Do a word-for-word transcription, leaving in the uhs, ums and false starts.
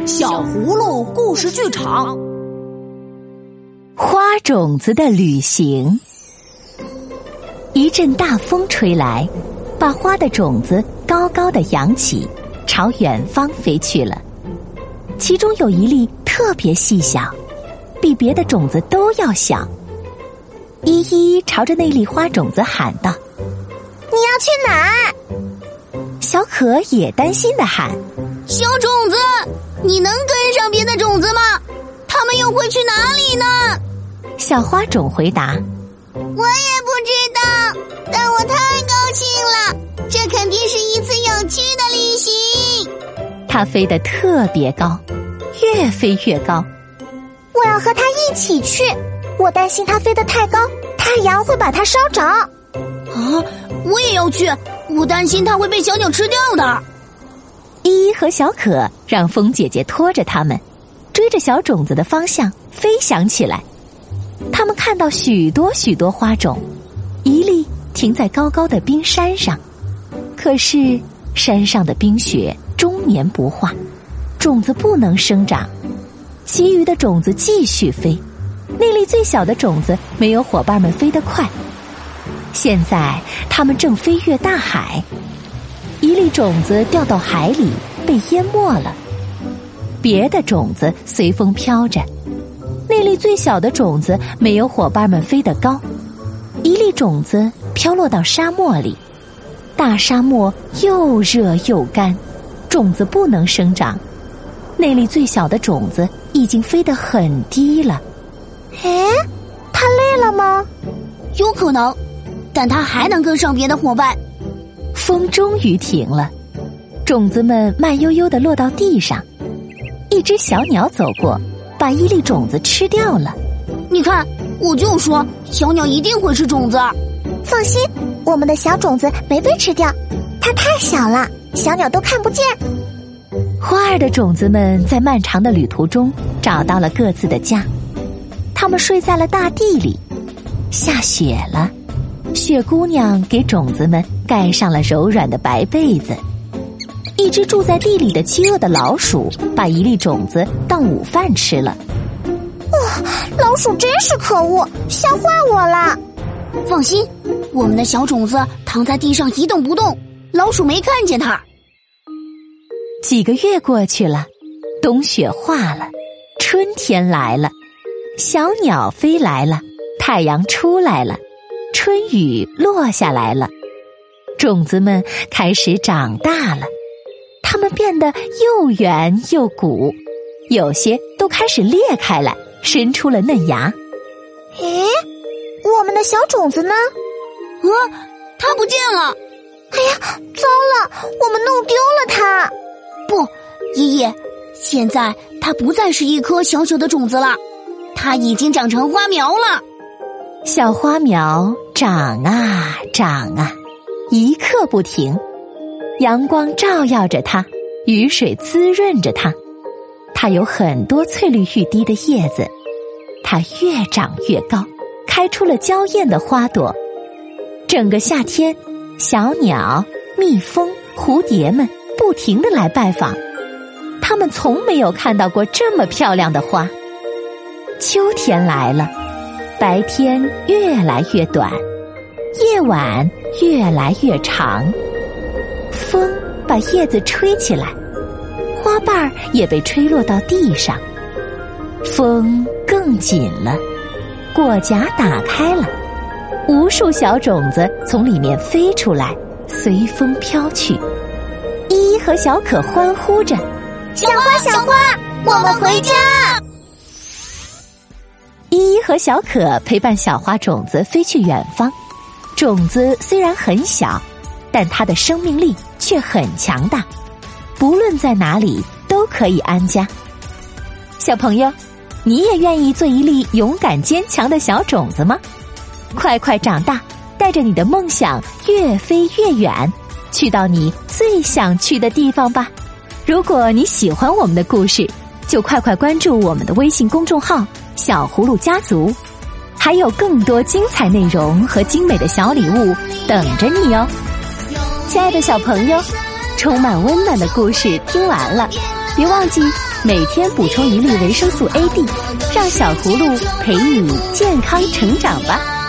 小葫芦故事剧场。 花种子的旅行。一阵大风吹来，把花的种子高高的扬起，朝远方飞去了。其中有一粒特别细小，比别的种子都要小。依依朝着那粒花种子喊道：“ 你要去哪儿？” 小可也担心地喊：“ 小种子，你能跟上别的种子吗？它们又会去哪里呢？” 小花种回答：“ 我也不知道，但我太高兴了，这肯定是一次有趣的旅行。” 它飞得特别高，越飞越高。 我要和它一起去，我担心它飞得太高，太阳会把它烧着。啊，我也要去，我担心它会被小鸟吃掉的。 依依和小可让风姐姐拖着它们，追着小种子的方向飞翔起来。他们看到许多许多花种，一粒停在高高的冰山上，可是山上的冰雪终年不化，种子不能生长。其余的种子继续飞，那粒最小的种子没有伙伴们飞得快。现在它们正飞越大海，一粒种子掉到海里被淹没了，别的种子随风飘着。那粒最小的种子没有伙伴们飞得高，一粒种子飘落到沙漠里，大沙漠又热又干，种子不能生长。那粒最小的种子已经飞得很低了。 诶，它累了吗？有可能，但它还能跟上别的伙伴。 风终于停了，种子们慢悠悠地落到地上。一只小鸟走过，把一粒种子吃掉了。 你看，我就说小鸟一定会吃种子。放心，我们的小种子没被吃掉，它太小了，小鸟都看不见。 花儿的种子们在漫长的旅途中找到了各自的家，它们睡在了大地里。下雪了，雪姑娘给种子们盖上了柔软的白被子。一只住在地里的饥饿的老鼠把一粒种子当午饭吃了。 哇，老鼠真是可恶，吓坏我了。放心，我们的小种子躺在地上一动不动，老鼠没看见它。 几个月过去了，冬雪化了，春天来了，小鸟飞来了，太阳出来了，春雨落下来了，种子们开始长大了，它们变得又圆又鼓，有些都开始裂开来，伸出了嫩芽。 诶，我们的小种子呢？啊，它不见了！哎呀，糟了，我们弄丢了它。不，爷爷，现在它不再是一颗小小的种子了，它已经长成花苗了。 小花苗长啊长啊，一刻不停，阳光照耀着它，雨水滋润着它，它有很多翠绿欲滴的叶子，它越长越高，开出了娇艳的花朵。整个夏天，小鸟、蜜蜂、蝴蝶们不停地来拜访，它们从没有看到过这么漂亮的花。秋天来了，白天越来越短，夜晚越来越长，风把叶子吹起来，花瓣儿也被吹落到地上。风更紧了，果荚打开了，无数小种子从里面飞出来，随风飘去。依依和小可欢呼着：“ 小花，小花，我们回家！” 依依和小可陪伴小花种子飞去远方。种子虽然很小，但它的生命力却很强大，不论在哪里都可以安家。小朋友，你也愿意做一粒勇敢坚强的小种子吗？快快长大，带着你的梦想越飞越远，去到你最想去的地方吧。如果你喜欢我们的故事，就快快关注我们的微信公众号小葫芦家族，还有更多精彩内容和精美的小礼物等着你哦。亲爱的小朋友，充满温暖的故事听完了，别忘记每天补充一粒维生素 A D， 让小葫芦陪你健康成长吧。